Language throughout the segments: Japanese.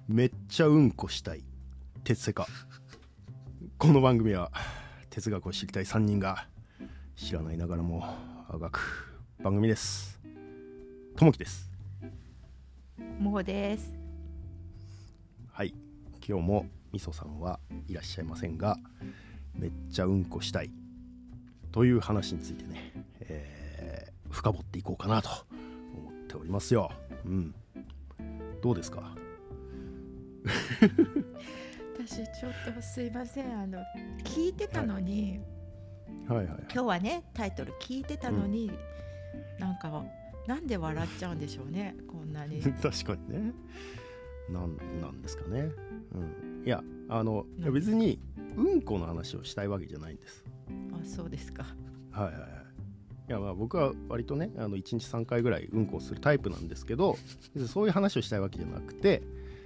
めっちゃうんこしたい哲世家。この番組は哲学を知りたい3人が知らないながらもあがく番組です。ともきです。 もほです。 はい、今日もみそさんはいらっしゃいませんが、めっちゃうんこしたいという話についてね、深掘っていこうかなと思っておりますよ。どうですか？ 私ちょっとすいません、聞いてたのに、 はい、 今日はねタイトル聞いてたのに、なんで笑っちゃうんでしょうね、こんなに。 確かにね。なんですかね。いや別にうんこの話をしたいわけじゃないんです。 あ、そうですか。 いや僕は割とね1日3回ぐらいうんこをするタイプなんですけど、そういう話をしたいわけじゃなくて、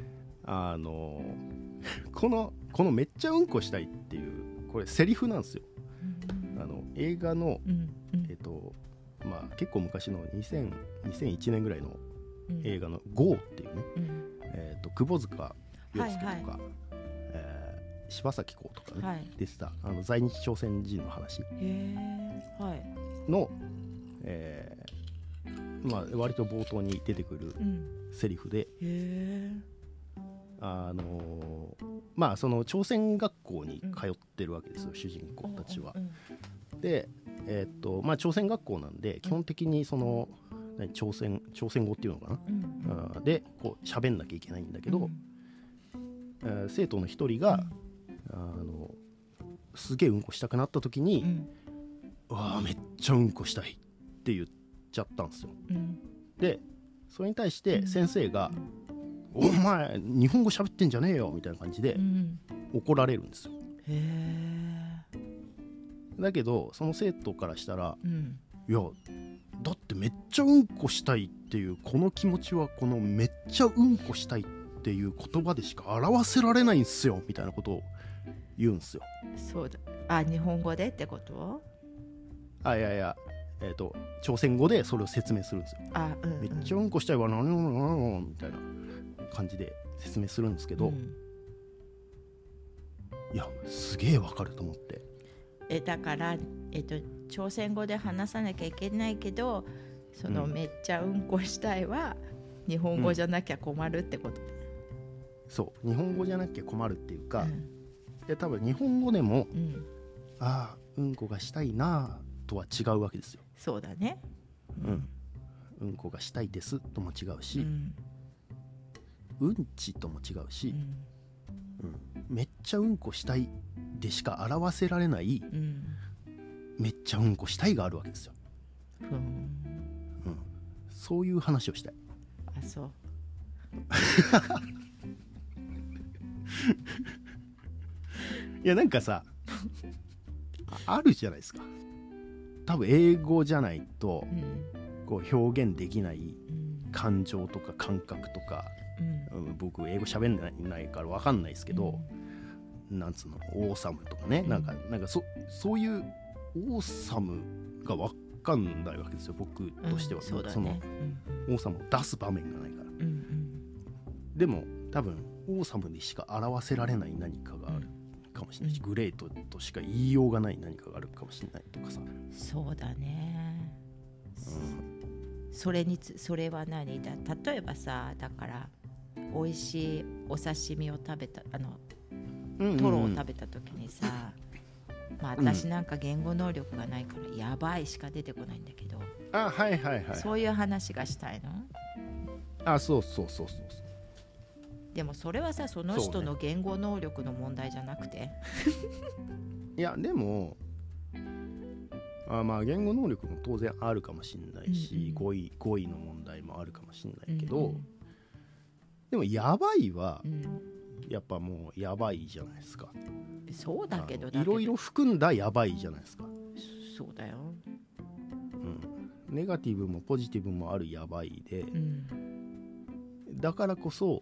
このめっちゃうんこしたいっていうこれセリフなんですよ。映画の、結構昔の2001年ぐらいの映画の GO っていうね、窪塚洋介とか、柴咲コウとかね、出てた在日朝鮮人の話の、割と冒頭に出てくるセリフで、その朝鮮学校に通ってるわけですよ、主人公たちは。で、朝鮮学校なんで基本的にその朝鮮語っていうのかな、でこう喋んなきゃいけないんだけど、生徒の一人が、すげえうんこしたくなった時に、めっちゃうんこしたいって言っちゃったんですよ。でそれに対して先生が、お前日本語喋ってんじゃねえよみたいな感じで怒られるんですよ。だけどその生徒からしたら、いやだってめっちゃうんこしたいっていうこの気持ちはこのめっちゃうんこしたいっていう言葉でしか表せられないんすよみたいなことを言うんですよ。 そうだ。日本語でってこと？ いや朝鮮語でそれを説明するんですよ。めっちゃうんこしたいわなみたいな感じで説明するんですけど、いやすげえわかると思って。 だから、朝鮮語で話さなきゃいけないけど、そのめっちゃうんこしたいは日本語じゃなきゃ困るってこと、 そう日本語じゃなきゃ困るっていうか、多分日本語でも、うんこがしたいなとは違うわけですよ。 そうだね。 うんこがしたいですとも違うし、うんちとも違うし、めっちゃうんこしたいでしか表せられない、めっちゃうんこしたいがあるわけですよ。そういう話をしたい。 そう。 いやなんかさあるじゃないですか。多分英語じゃないと、こう表現できない感情とか感覚とか、僕英語喋んないから分かんないですけど、なんつうのオーサムとかね、なんかそういうオーサムが分かんないわけですよ、僕としては。 そうだね。 そのオーサムを出す場面がないから、でも多分オーサムにしか表せられない何かがあるかもしれないし、グレートとしか言いようがない何かがあるかもしれないとかさ。 そうだね。それは何だ。例えばさ、だから美味しいお刺身を食べたトロを食べた時にさ、私なんか言語能力がないからやばいしか出てこないんだけど、そういう話がしたいの？ そうでもそれはさ、その人の言語能力の問題じゃなくて、 いやでも言語能力も当然あるかもしれないし、語彙の問題もあるかもしれないけど、でもやばいは、やっぱもうやばいじゃないですか。 そうだけどいろいろ含んだやばいじゃないですか。 そうだよ。 ネガティブもポジティブもあるやばいで、だからこそ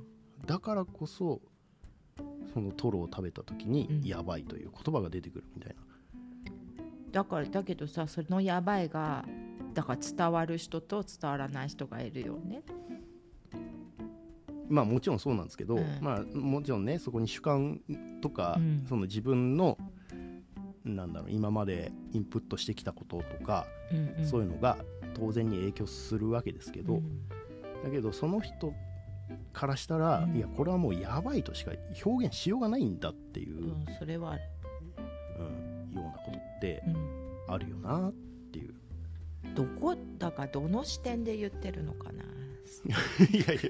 そのトロを食べた時にやばいという言葉が出てくるみたいな。 だけどさ、そのやばいがだから伝わる人と伝わらない人がいるよね。 まあもちろんそうなんですけど、まあもちろんねそこに主観とか、その自分のなんだろう今までインプットしてきたこととか、そういうのが当然に影響するわけですけど、だけどその人からしたら、いやこれはもうやばいとしか表現しようがないんだっていう、 それはある、 ようなことってあるよなっていう、 どこだかどの視点で言ってるのかな。 いやいや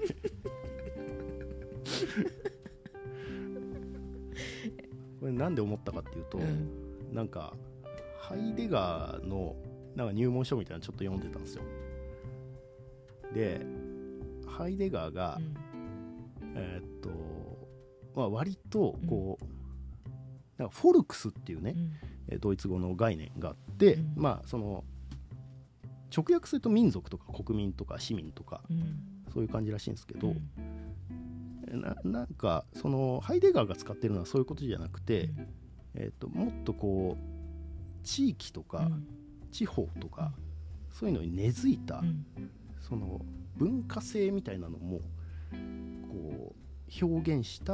これなんで思ったかっていうと、なんかハイデガーのなんか入門書みたいなのちょっと読んでたんですよ。でハイデガーが、まあ、割とこう、なんかフォルクスっていうね、ドイツ語の概念があって、まあその直訳すると民族とか国民とか市民とか、そういう感じらしいんですけど、なんかそのハイデガーが使ってるのはそういうことじゃなくて、もっとこう地域とか、地方とか、そういうのに根付いた、その文化性みたいなのもこう表現した、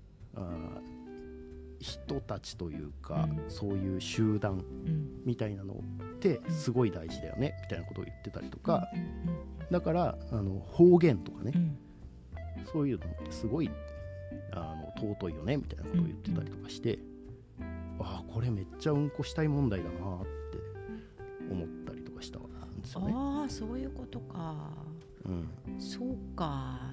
人たちというか、そういう集団みたいなのってすごい大事だよね、みたいなことを言ってたりとか、だから方言とかね、そういうのってすごい尊いよねみたいなことを言ってたりとかして、ああこれめっちゃうんこしたい問題だなって思ったりとかしたんですよね。 ああそういうことか、そうか。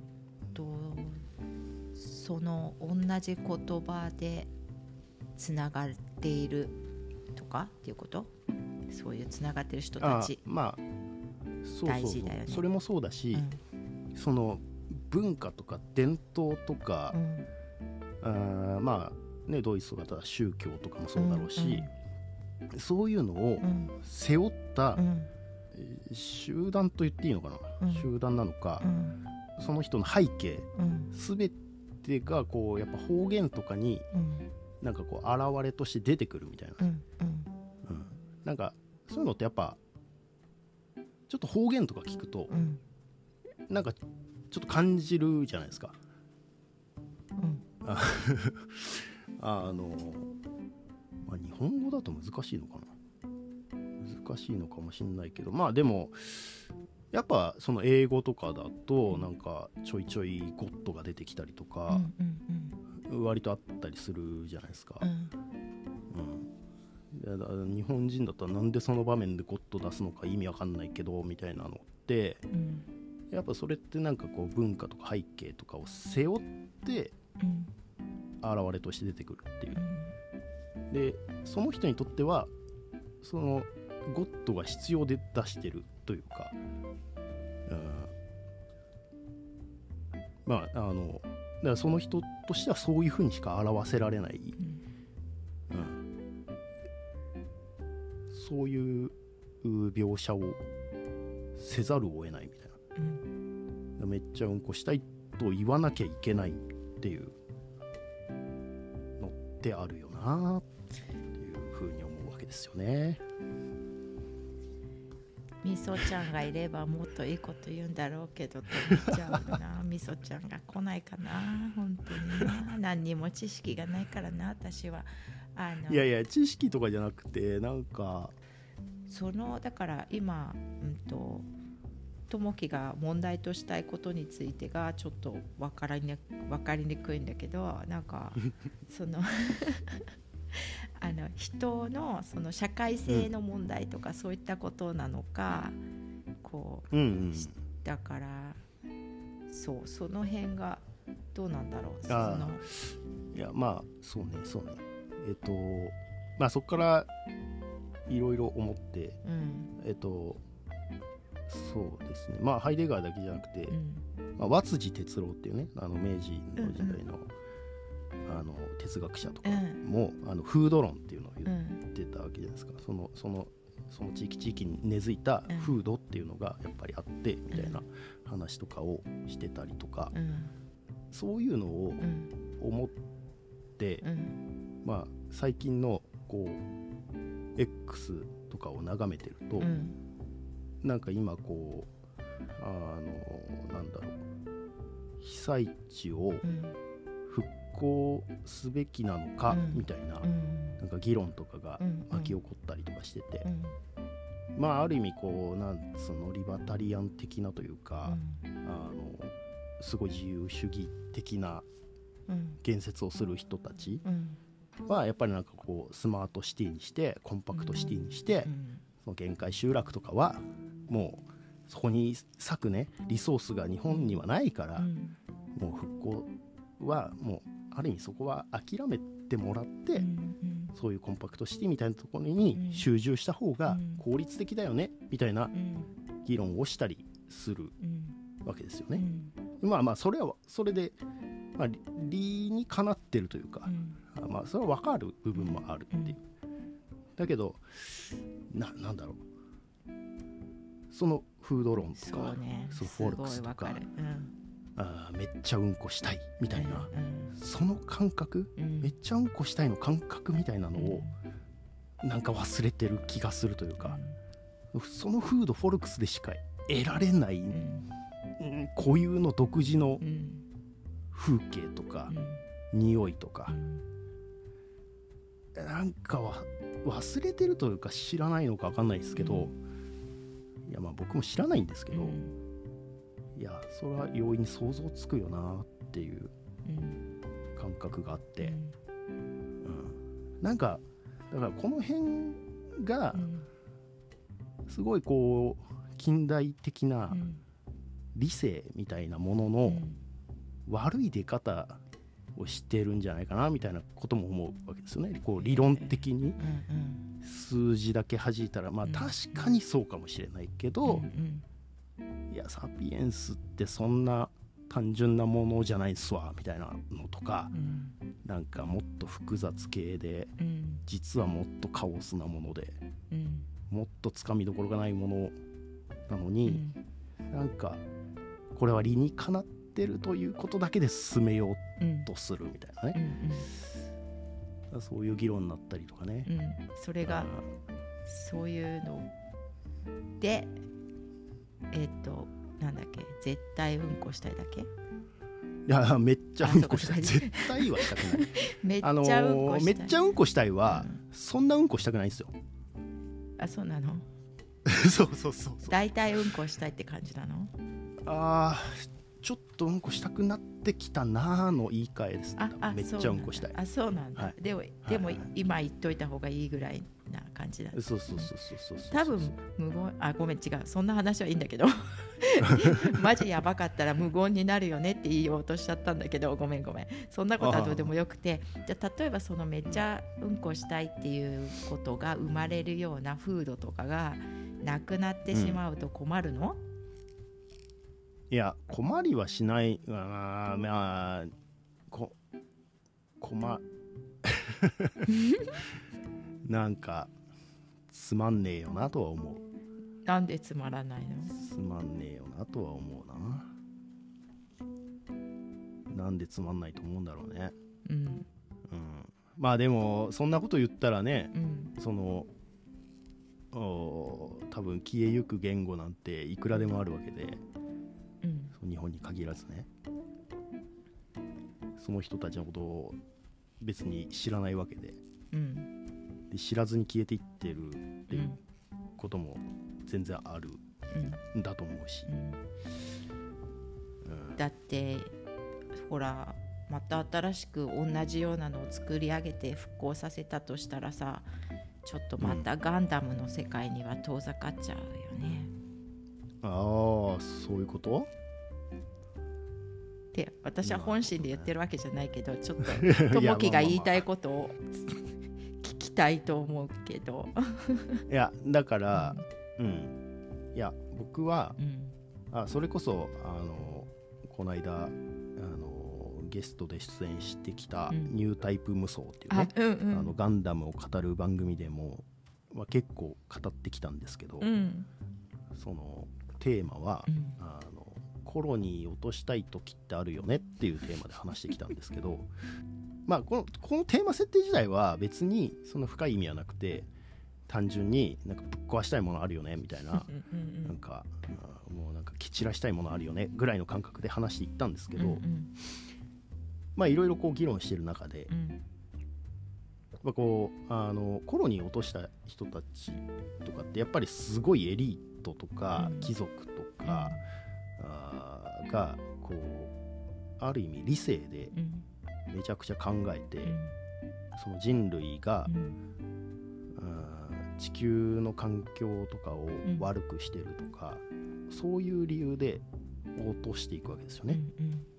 その同じ言葉でつながっているとかっていうこと、そういうつながってる人たち、 まあそう大事だよね。 それもそうだし、その文化とか伝統とか、まあねドイツとか宗教とかもそうだろうし、そういうのを背負った、集団と言っていいのかな、集団なのか、その人の背景、全てがこうやっぱ方言とかになんかこう現れとして出てくるみたいな、なんかそういうのってやっぱちょっと方言とか聞くと、なんかちょっと感じるじゃないですか。まあ、日本語だと難しいのかな、難しいのかもしれないけど、まあでもやっぱその英語とかだとなんかちょいちょいゴッドが出てきたりとか、割とあったりするじゃないですか。日本人だったらなんでその場面でゴッド出すのか意味わかんないけどみたいなのって、やっぱそれってなんかこう文化とか背景とかを背負って現れとして出てくるっていう、でその人にとってはそのゴッドが必要で出してるというか、まあだからその人としてはそういうふうにしか表せられない、そういう描写をせざるを得ないみたいな、めっちゃうんこしたいと言わなきゃいけないっていうのってあるよなっていうふうに思うわけですよね。 みそちゃんがいればもっといいこと言うんだろうけどと思っちゃうな。みそちゃんが来ないかな、本当にな。何にも知識がないからな、私は。 いやいや知識とかじゃなくて、なんかだから今ともきが問題としたいことについてがちょっと分かりにくいんだけど、なんかその人のその社会性の問題とかそういったことなのか、こう、だからその辺がどうなんだろう。 いやまあそうねまあそこからいろいろ思って、そうですね、まあハイデガーだけじゃなくて、和辻哲郎っていうね明治の時代の、哲学者とかも、風土論っていうのを言ってたわけじゃないですか。その地域に根付いた風土っていうのがやっぱりあってみたいな話とかをしてたりとか、そういうのを思って、まあ最近のこう X とかを眺めてると、なんか今こうなんだろう、 被災地を復興すべきなのかみたいな、なんか議論とかが巻き起こったりとかしてて、まあある意味こうなんつうのリバタリアン的なというか、すごい自由主義的な言説をする人たちはやっぱりなんかこうスマートシティにしてコンパクトシティにして、その限界集落とかはもうそこに割くねリソースが日本にはないから、もう復興はもうある意味そこは諦めてもらって、そういうコンパクトシティみたいなところに集中した方が効率的だよねみたいな議論をしたりするわけですよね。まあまあそれはそれで、まあ、理にかなってるというか、まあそれは分かる部分もあるっていう。だけどなんだろう、そのフード論とか、そのフォルクスとか、めっちゃうんこしたいみたいな、その感覚、めっちゃうんこしたいの感覚みたいなのをなんか忘れてる気がするというか、そのフードフォルクスでしか得られない、固有の独自の風景とか、匂いとか、なんかは忘れてるというか知らないのか分かんないですけど、いやまあ僕も知らないんですけど、いやそれは容易に想像つくよなっていう感覚があって、なんかだからこの辺がすごいこう近代的な理性みたいなものの悪い出方をしてるんじゃないかなみたいなことも思うわけですよね。こう理論的に数字だけ弾いたらまあ確かにそうかもしれないけど、いやサピエンスってそんな単純なものじゃないっすわみたいなのとか、なんかもっと複雑系で、実はもっとカオスなもので、もっとつかみどころがないものなのに、なんかこれは理にかなってるということだけで進めようとするみたいなね、そういう議論になったりとかね、 それがそういうのでなんだっけ、絶対うんこしたいだけ。 いやめっちゃうんこしたい、絶対はしたくないめっちゃうんこしたい、 めっちゃうんこしたいは、そんなうんこしたくないんですよ。 あ、そうなのそう大体うんこしたいって感じなの。 ちょっとうんこしたくなってきたなーの言い換えです、ね、めっちゃうんこしたい。 あ、そうなんだ、でも今言っといた方がいいぐらいな感じだ。 そう多分無言、ごめん違う、そんな話はいいんだけどマジやばかったら無言になるよねって言おうとしちゃったんだけど、ごめんそんなことはどうでもよくて、じゃあ例えばそのめっちゃうんこしたいっていうことが生まれるような風土とかがなくなってしまうと困るの？ いや困りはしないなんかつまんねえよなとは思う。 なんでつまらないの？ つまんねえよなとは思うな。なんでつまんないと思うんだろうね。まあでもそんなこと言ったらね、その多分消えゆく言語なんていくらでもあるわけで、日本に限らずね、その人たちのことを別に知らないわけで、で知らずに消えていってるっていうことも全然あるんだと思うし、 だってほらまた新しく同じようなのを作り上げて復興させたとしたらさ、ちょっとまたガンダムの世界には遠ざかっちゃうよね。 そういうことで、私は本心で言ってるわけじゃないけど、ちょっと友樹が言いたいことを聞きたいと思うけどいやだから、いや僕は、それこそこの間ゲストで出演してきたニュータイプ無双っていうね、ガンダムを語る番組でも、結構語ってきたんですけど、そのテーマは、コロニー落としたい時ってあるよねっていうテーマで話してきたんですけどこのテーマ設定自体は別にその深い意味はなくて、単純になんかぶっ壊したいものあるよねみたいななんかもうなんか蹴散らしたいものあるよねぐらいの感覚で話していったんですけど、 うんうん、 まあいろいろこう議論してる中で、こうコロニーを落とした人たちとかってやっぱりすごいエリートとか貴族とか、がこうある意味理性でめちゃくちゃ考えて、その人類が、地球の環境とかを悪くしてるとか、そういう理由で落としていくわけですよね。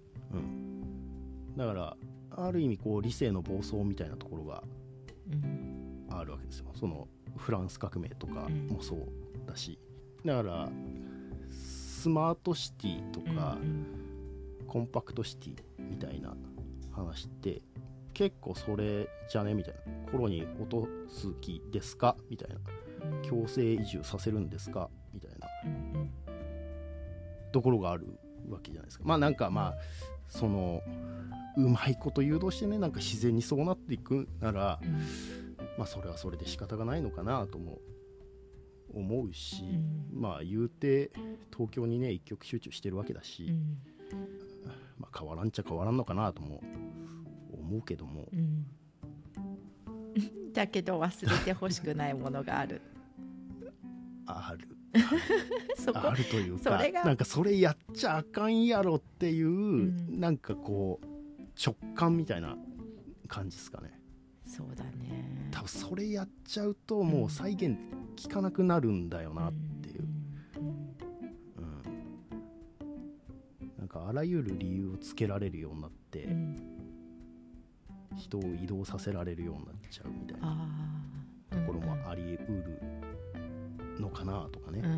だからある意味こう理性の暴走みたいなところがあるわけですよ。そのフランス革命とかもそうだし、だからスマートシティとか、コンパクトシティみたいな話って結構それじゃねみたいな、コロニー落とす気ですかみたいな、強制移住させるんですかみたいなところがあるわけじゃないですか。まあなんかまあそのうまいこと誘導してね、なんか自然にそうなっていくなら、まあそれはそれで仕方がないのかなとも思うし、まあ言うて東京にね一極集中してるわけだし、まあ変わらんちゃ変わらんのかなとも思うけども、 だけど忘れてほしくないものがあるあるそこあるというか、 それがなんかそれやっちゃあかんやろっていう、なんかこう直感みたいな感じですかね。 そうだね。 多分それやっちゃうともう再現効かなくなるんだよなっていう、なんかあらゆる理由をつけられるようになって、人を移動させられるようになっちゃうみたいなところもあり得るのかなとかね、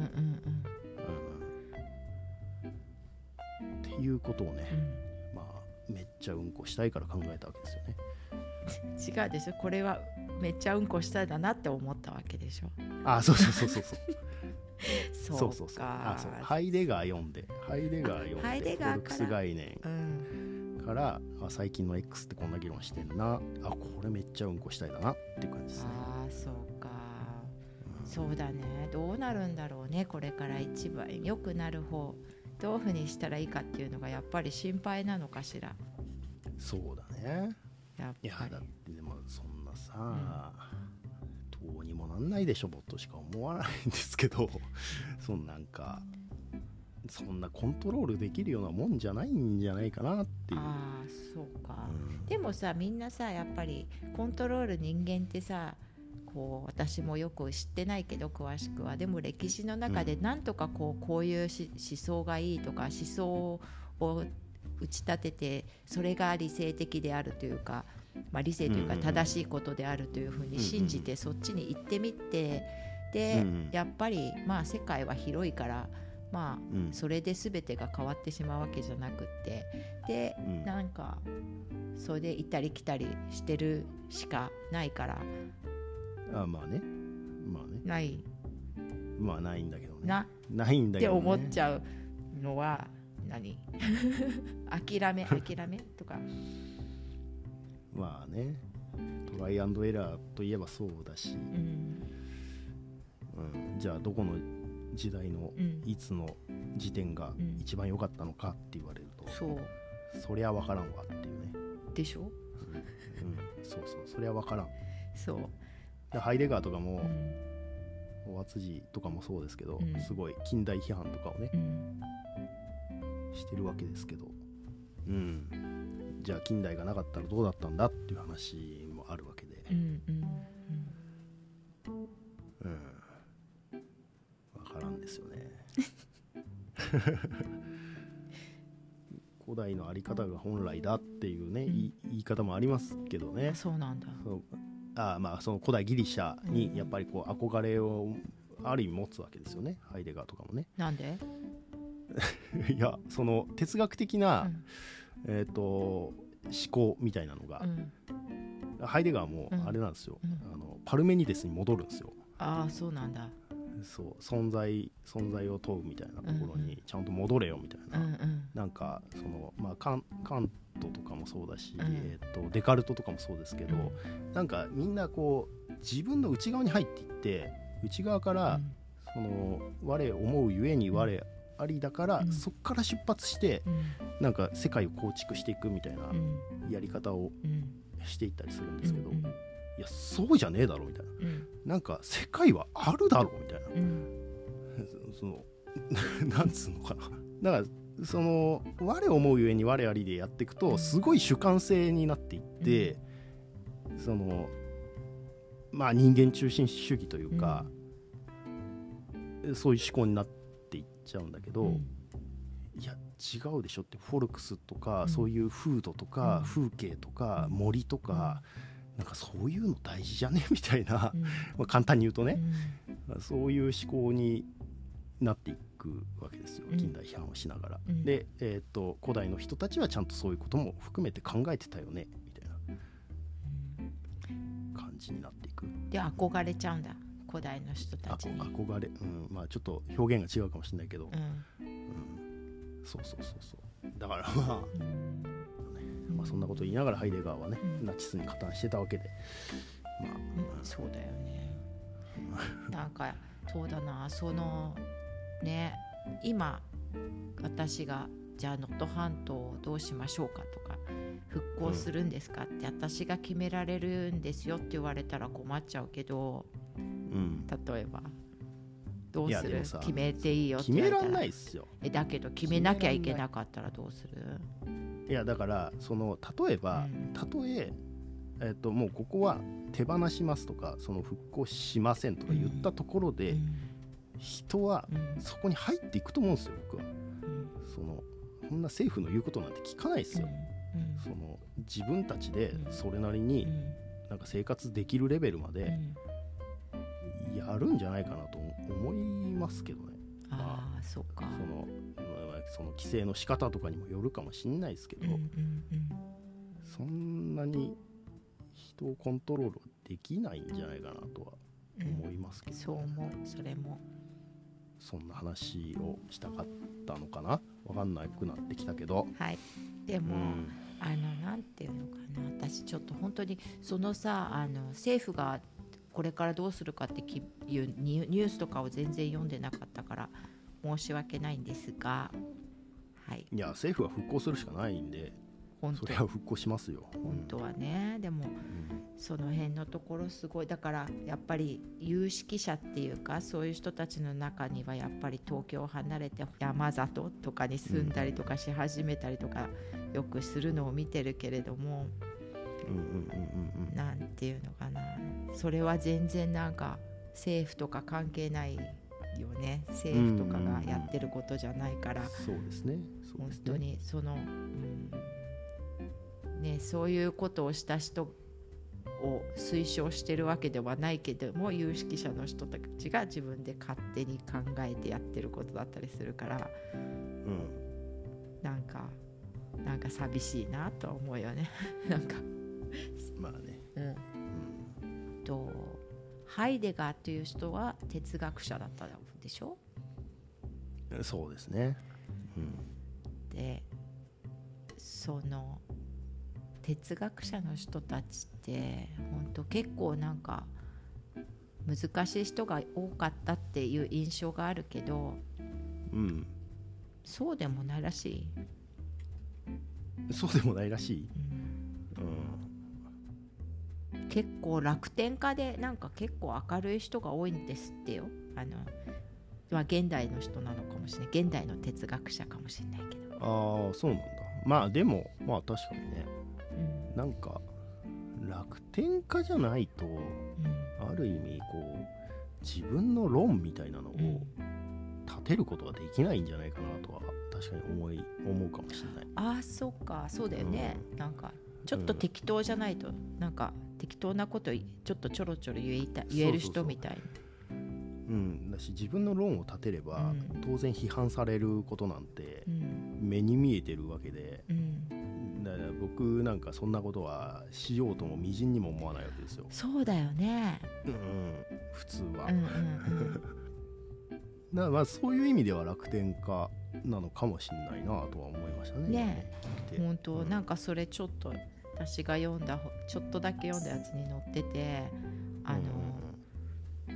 っていうことをね、まあめっちゃうんこしたいから考えたわけですよね。 違うでしょ、これはめっちゃうんこしたいだなって思ったわけでしょ。 あ、そうそうそうそうそうそうあ、そうハイデガー読んでフォルクス概念から、最近の X ってこんな議論してんな、これめっちゃうんこしたいだなっていう感じですね。 そうか、そうだね。どうなるんだろうね、これから一番良くなる方どういうふうにしたらいいかっていうのがやっぱり心配なのかしら。 そうだね。 やっぱりいやだってでもそんなさ、どうにもなんないでしょとしか思わないんですけどなんかそんなコントロールできるようなもんじゃないんじゃないかなっていう。 そうか、でもさ、みんなさやっぱりコントロール、人間ってさ、こう私もよく知ってないけど詳しくは、でも歴史の中でなんとかこういう思想がいいとか、思想を打ち立ててそれが理性的であるというか、理性というか正しいことであるというふうに信じてそっちに行ってみて、でやっぱり世界は広いから、それで全てが変わってしまうわけじゃなくって、でなんかそれで行ったり来たりしてるしかないから、ないないんだけどね、ないんだけどねって思っちゃうのは何諦めとか、 トライアンドエラーといえばそうだし、じゃあどこの時代のいつの時点が一番良かったのかって言われると、そりゃ分からんわっていうね。 でしょ、 そうそりゃ分からん。 そうハイデガーとかも、大津寺とかもそうですけど、すごい近代批判とかをね、してるわけですけど、じゃあ近代がなかったらどうだったんだっていう話もあるわけで、分からんですよね古代のあり方が本来だっていうね、言い方もありますけどね。 そうなんだ。 その古代ギリシャにやっぱりこう憧れをある意味持つわけですよね、ハイデガーとかもね。 なんでいや、その哲学的な、思考みたいなのが、ハイデガーもあれなんですよ、パルメニデスに戻るんですよ。 そうなんだ。 そう、存在を問うみたいなところにちゃんと戻れよみたいな、なんかその、カントとかもそうだし、デカルトとかもそうですけど、なんかみんなこう自分の内側に入っていって、内側から、その我思うゆえに我ありだから、そっから出発して、なんか世界を構築していくみたいなやり方をしていったりするんですけど、いやそうじゃねえだろみたいな、なんか世界はあるだろみたいな、そのなんつうのかな、だからその我思うゆえに我ありでやっていくとすごい主観性になっていって、そのまあ人間中心主義というか、そういう思考になっていっちゃうんだけど、いや違うでしょって、フォルクスとか、そういう風土とか、風景とか森とか、なんかそういうの大事じゃねみたいな、まあ簡単に言うとね、そういう思考になっていくわけですよ、近代批判をしながら、で、古代の人たちはちゃんとそういうことも含めて考えてたよねみたいな感じになっていく。 で憧れちゃうんだ、古代の人たちに。 憧れ、まあちょっと表現が違うかもしれないけど、そうだからまあそんなこと言いながらハイデガーはね、ナチスに加担してたわけで、まあ、 そうだよねなんかそうだな、そのね、今私がじゃあ能登半島をどうしましょうかとか、復興するんですかって私が決められるんですよって言われたら困っちゃうけど、例えばどうする、決めていいよって言われたら決めらんないっすよ。 だけど決めなきゃいけなかったらどうする？ いやだからその例えば、もうここは手放しますとか、その復興しませんとか言ったところで、人はそこに入っていくと思うんですよ、僕は。そんな政府の言うことなんて聞かないですよ。その自分たちでそれなりになんか生活できるレベルまでやるんじゃないかなと思いますけどね。 そうか。 その規制の仕方とかにもよるかもしれないですけど、そんなに人をコントロールできないんじゃないかなとは思いますけど、ね、 そう思う。それもそんな話をしたかったのかな、分かんなくなってきたけど、 はい。でも、なんていうのかな、私ちょっと本当にそのさ、政府がこれからどうするかっていうニュースとかを全然読んでなかったから申し訳ないんですが、はい。 いや政府は復興するしかないんで、それは復興しますよ、 本当はね。でも、その辺のところすごい、だからやっぱり有識者っていうか、そういう人たちの中にはやっぱり東京を離れて山里とかに住んだりとかし始めたりとかよくするのを見てるけれども、なんていうのかな、それは全然なんか政府とか関係ないよね。政府とかがやってることじゃないから、 そうですね、 本当にその、そういうことをした人を推奨してるわけではないけども、有識者の人たちが自分で勝手に考えてやってることだったりするから、なんか寂しいなと思うよねなんかまあね、 ハイデガーという人は哲学者だったでしょ。 そうですね、 でその哲学者の人たちって本当結構なんか難しい人が多かったっていう印象があるけど、そうでもないらしい。 そうでもないらしい、 結構楽天家でなんか結構明るい人が多いんですってよ。現代の人なのかもしれない、現代の哲学者かもしれないけど。 そうなんだ。まあでもまあ確かにね、なんか楽天家じゃないと、ある意味こう自分の論みたいなのを立てることができないんじゃないかなとは確かに思うかもしれない。 そうか、そうだよね、なんかちょっと適当じゃないと、なんか適当なことちょっとちょろちょろ言える人みたいな。だし自分の論を立てれば、当然批判されることなんて目に見えてるわけで、だから僕なんかそんなことはしようともみじんにも思わないわけですよ。 そうだよね、 普通は、まあそういう意味では楽天家なのかもしれないなとは思いましたね。 本当、なんかそれちょっと私がちょっとだけ読んだやつに載ってて、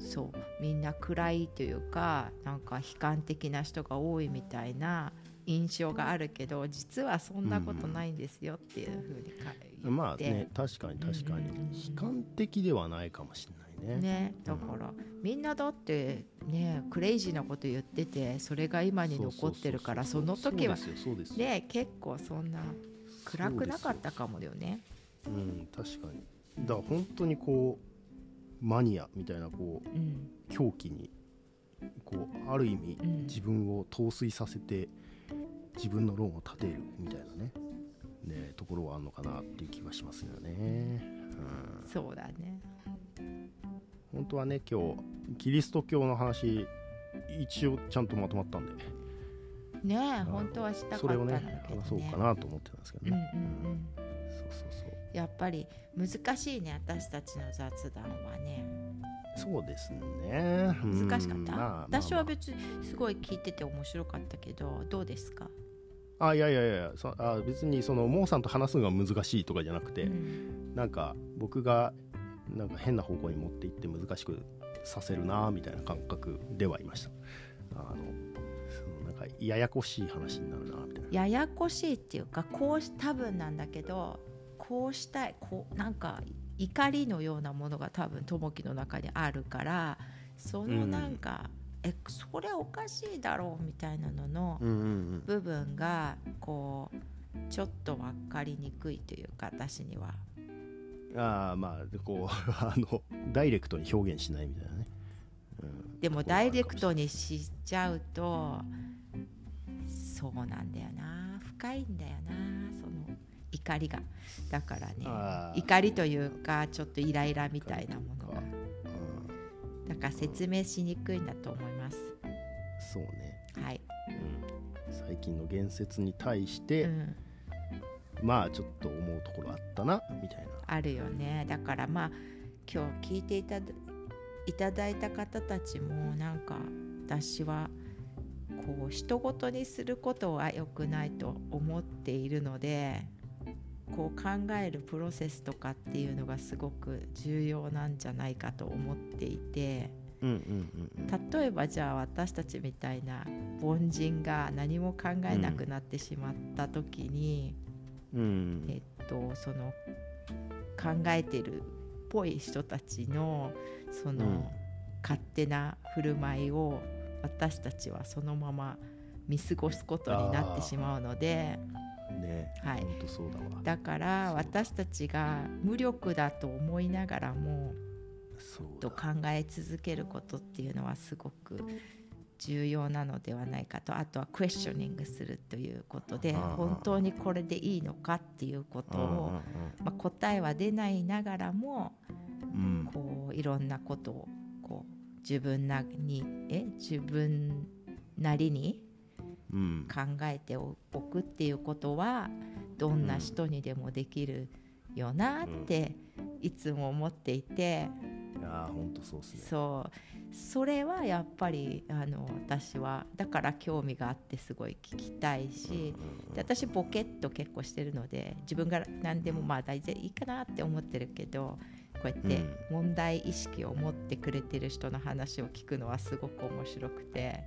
そうみんな暗いというかなんか悲観的な人が多いみたいな印象があるけど、実はそんなことないんですよっていうふうに言って、 まあね、確かに悲観的ではないかもしれないね。 だから、みんなだってねクレイジーなこと言ってて、それが今に残ってるから、その時はね結構そんな暗くなかったかもよね。 確かに。だから本当にこうマニアみたいなこう、狂気にこうある意味、自分を陶酔させて自分の論を立てるみたいなねところはあるのかなっていう気がしますよね。 そうだね。 本当はね今日キリスト教の話一応ちゃんとまとまったんでね、本当はしたかったんだけどね。 それをね話そうかなと思ってたんですけどね。そうやっぱり難しいね、私たちの雑談はね。 そうですね。 難しかった、私は別にすごい聞いてて面白かったけど、どうですか？ いや別にそのモーさんと話すのが難しいとかじゃなくて、なんか僕がなんか変な方向に持っていって難しくさせるなみたいな感覚ではいました。なんかややこしい話になるなみたいな。 ややこしいっていうか、多分なんだけど、こうしたい、なんか怒りのようなものが多分友樹の中にあるから、そのなんか、それはおかしいだろうみたいなのの部分がこうちょっと分かりにくいというか、私には。 まあこうダイレクトに表現しないみたいなね。 でもダイレクトにしちゃうとそうなんだよな、深いんだよな、その怒りが。だからね、怒りというかちょっとイライラみたいなものが、だから説明しにくいんだと思います。 そうね。 はい。 最近の言説に対して、まあちょっと思うところあったなみたいな。 あるよね。だからまあ今日聞いていただいた方たちもなんか、私はこう人ごとにすることは良くないと思っているので、こう考えるプロセスとかっていうのがすごく重要なんじゃないかと思っていて、例えばじゃあ私たちみたいな凡人が何も考えなくなってしまった時に、その考えてるっぽい人たちのその勝手な振る舞いを私たちはそのまま見過ごすことになってしまうので、 本当そうだわ。 だから私たちが無力だと思いながらもと考え続けることっていうのはすごく重要なのではないかと。あとはクエスチョニングするということで、本当にこれでいいのかっていうことを、答えは出ないながらも、こういろんなことをこう自分なりに考えておくっていうことはどんな人にでもできるよなっていつも思っていて、 本当そうですね。 それはやっぱり私はだから興味があってすごい聞きたいし、で私ボケっと結構してるので、自分が何でもまあ大体いいかなって思ってるけど、こうやって問題意識を持ってくれてる人の話を聞くのはすごく面白くて、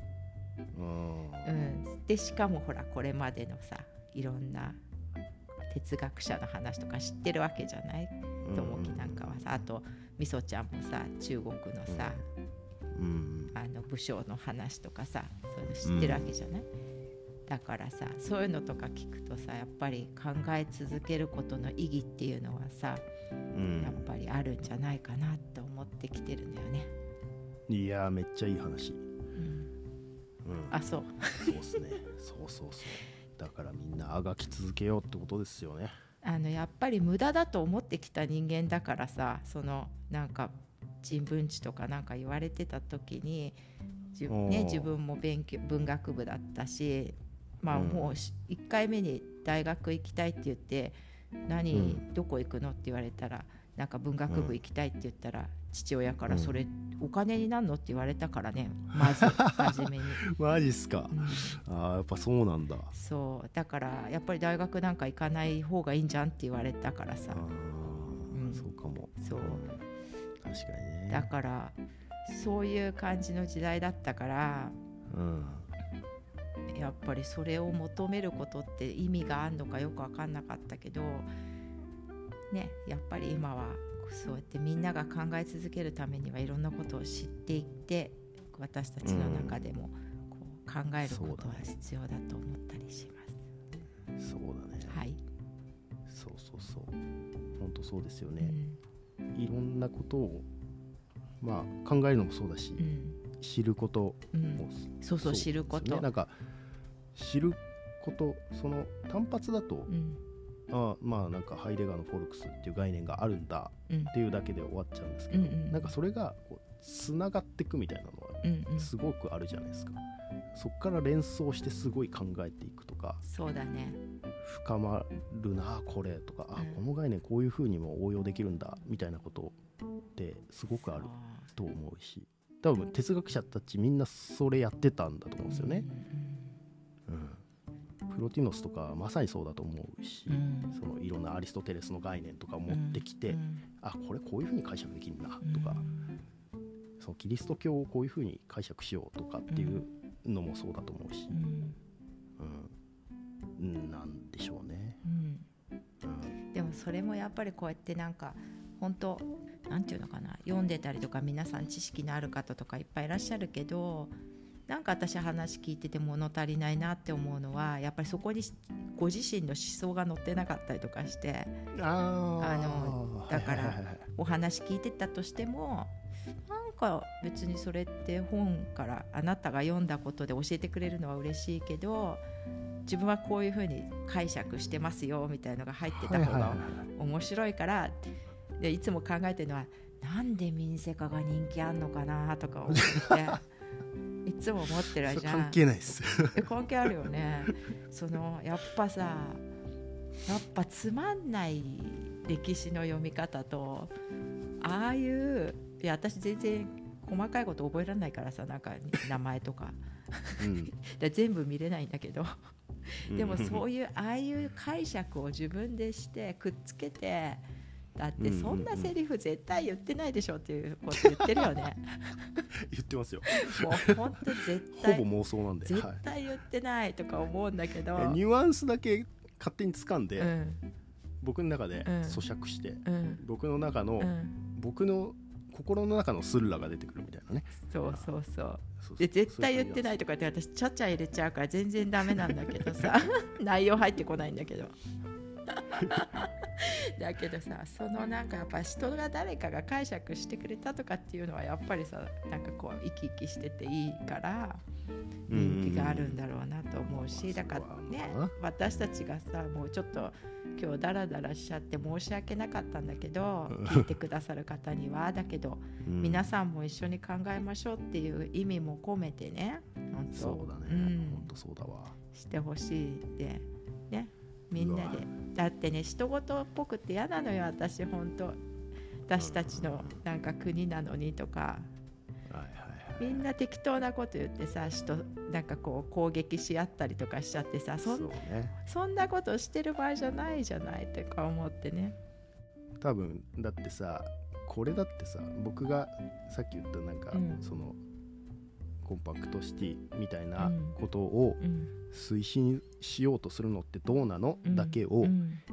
でしかもほらこれまでのさいろんな哲学者の話とか知ってるわけじゃない、友樹なんかはさ、あとみそちゃんもさ中国のさ、武将の話とかさ、そういうの知ってるわけじゃない、だからさそういうのとか聞くとさ、やっぱり考え続けることの意義っていうのはさ、やっぱりあるんじゃないかなって思ってきてるんだよね。 いやめっちゃいい話。 そうですね。そうだからみんなあがき続けようってことですよね。 やっぱり無駄だと思ってきた人間だからさ、そのなんか人文知とかなんか言われてた時に自分も文学部だったし、もう1回目に大学行きたいって言ってどこ行くのって言われたら、なんか文学部行きたいって言ったら、父親からそれお金になるのって言われたからね、まず初めにマジっすか、やっぱそうなんだ。 そうだからやっぱり大学なんか行かない方がいいんじゃんって言われたからさ。 そうかも。 そう、 確かにね。 だからそういう感じの時代だったから、 うん、 やっぱりそれを求めることって意味があるのかよく分かんなかったけどね、やっぱり今はそうやってみんなが考え続けるためにはいろんなことを知っていって、私たちの中でもこう考えることは必要だと思ったりします。 そうだね。 はい。 そうそうそう。本当そうですよね。いろんなことをまあ考えるのもそうだし、知ることも、 そうそう、知ること。 なんか知ること、その単発だと、まあなんかハイデガーのフォルクスっていう概念があるんだっていうだけで終わっちゃうんですけど、なんかそれがこうつながっていくみたいなのはすごくあるじゃないですか。そっから連想してすごい考えていくとか、 そうだね、 深まるなこれとか、この概念こういう風にも応用できるんだみたいなことってすごくあると思うし、多分哲学者たちみんなそれやってたんだと思うんですよね。プロティノスとかまさにそうだと思うし、そのいろんなアリストテレスの概念とかを持ってきて、これこういう風に解釈できるんだとか、そのキリスト教をこういう風に解釈しようとかっていうのもそうだと思うし、なんでしょうね。 でもそれもやっぱりこうやってなんか本当なんていうのかな、読んでたりとか皆さん知識のある方とかいっぱいいらっしゃるけど、なんか私話聞いてて物足りないなって思うのは、やっぱりそこにご自身の思想が載ってなかったりとかして、だからお話聞いてたとしても、なんか別にそれって本からあなたが読んだことで教えてくれるのは嬉しいけど、自分はこういうふうに解釈してますよみたいなのが入ってた方が面白いから、でいつも考えてるのは、なんで民生化が人気あんのかなとか思っていつも思ってるじゃん。 関係ないです関係あるよね。そのやっぱさ、やっぱつまんない歴史の読み方と、ああいういや私全然細かいこと覚えられないからさ、なんか名前とか、で全部見れないんだけどでもそういうああいう解釈を自分でしてくっつけて、だってそんなセリフ絶対言ってないでしょっていうこと言ってるよね言ってますよ。 もう本当絶対ほぼ妄想なんで絶対言ってないとか思うんだけど、 ニュアンスだけ勝手に掴んで、僕の中で咀嚼して、僕の中の、僕の心の中のスルラが出てくるみたいなね。 そうそうそう。で絶対言ってないとかって私ちゃちゃ入れちゃうから全然ダメなんだけどさ内容入ってこないんだけどだけどさ、そのなんかやっぱ人が誰かが解釈してくれたとかっていうのはやっぱりさ、なんかこう生き生きしてていいから人気があるんだろうなと思うし、だからね、私たちがさもうちょっと今日ダラダラしちゃって申し訳なかったんだけど、聞いてくださる方にはだけど、皆さんも一緒に考えましょうっていう意味も込めてね、本当そうだね、本当そうだわ、 してほしいってね、みんなで。だってね、人事っぽくって嫌なのよ私、本当私たちのなんか国なのにとか、みんな適当なこと言ってさ、人なんかこう攻撃し合ったりとかしちゃってさ、そんなことしてる場合じゃないじゃないとか思ってね。 多分だってさ、これだってさ、僕がさっき言ったなんか、そのコンパクトシティみたいなことを推進しようとするのってどうなの、だけを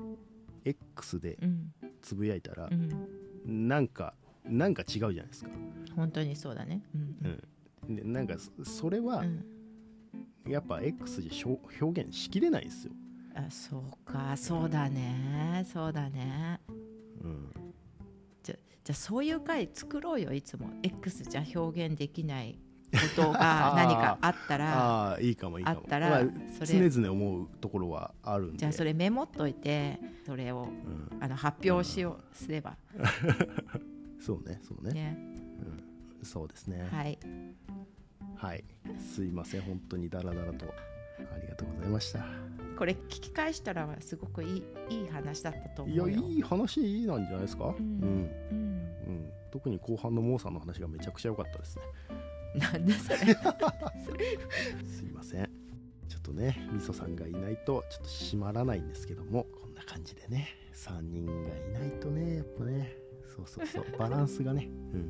X でつぶやいたら、なんか違うじゃないですか。 本当にそうだね。 でなんかそれはやっぱ X じゃ表現しきれないですよ。 そうか、そうだね、そうだね。じゃあそういう回作ろうよ。いつも X じゃ表現できないことが何かあったらいいかもいいかも。 あったら、 常々思うところはあるんで、 じゃあそれメモっといて、それを、発表しよう、すればそうねそうね、そうですね。はい、すいません、本当にダラダラとありがとうございました。 これ聞き返したらすごくいい話だったと思うよ。 いや、いい話なんじゃないですか。特に後半のモーさんの話がめちゃくちゃ良かったですね。 なんでそれすいません、ちょっとね、みそさんがいないとちょっと閉まらないんですけども、こんな感じでね、3人がいないとね、やっぱね、そうバランスがね、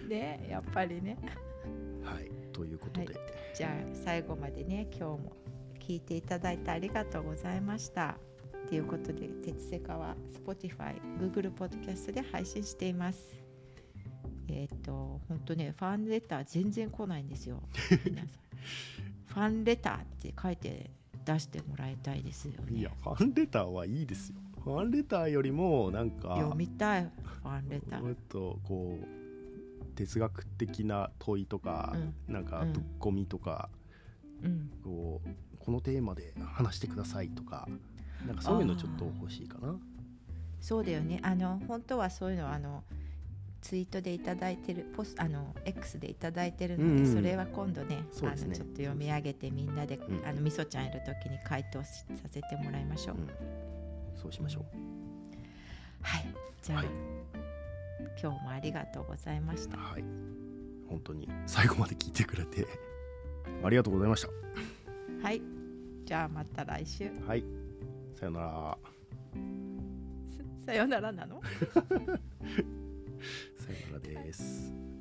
ね、やっぱりね。 はいということで、 はい、じゃあ最後までね今日も聞いていただいてありがとうございました。ということで鉄セカは Spotify、Google ポッドキャストで配信しています。本当ねファンレター全然来ないんですよ。皆さんファンレターって書いて出してもらいたいですよね。 いやファンレターはいいですよ。ファンレターよりもなんか読みたいファンレター。 こう哲学的な問いとか、なんかぶっ込みとか、このテーマで話してくださいとか、なんかそういうのちょっと欲しいかな。 そうだよね。本当はそういうのツイートでいただいてるX でいただいてるので、それは今度ね、ちょっと読み上げてみんなで、みそちゃんいる時に回答させてもらいましょう。 そうしましょう。 はい、じゃあ、今日もありがとうございました。 はい、本当に最後まで聞いてくれてありがとうございました。 はい、じゃあまた来週。 はい、さよなら。 さよならなの？ さよならです。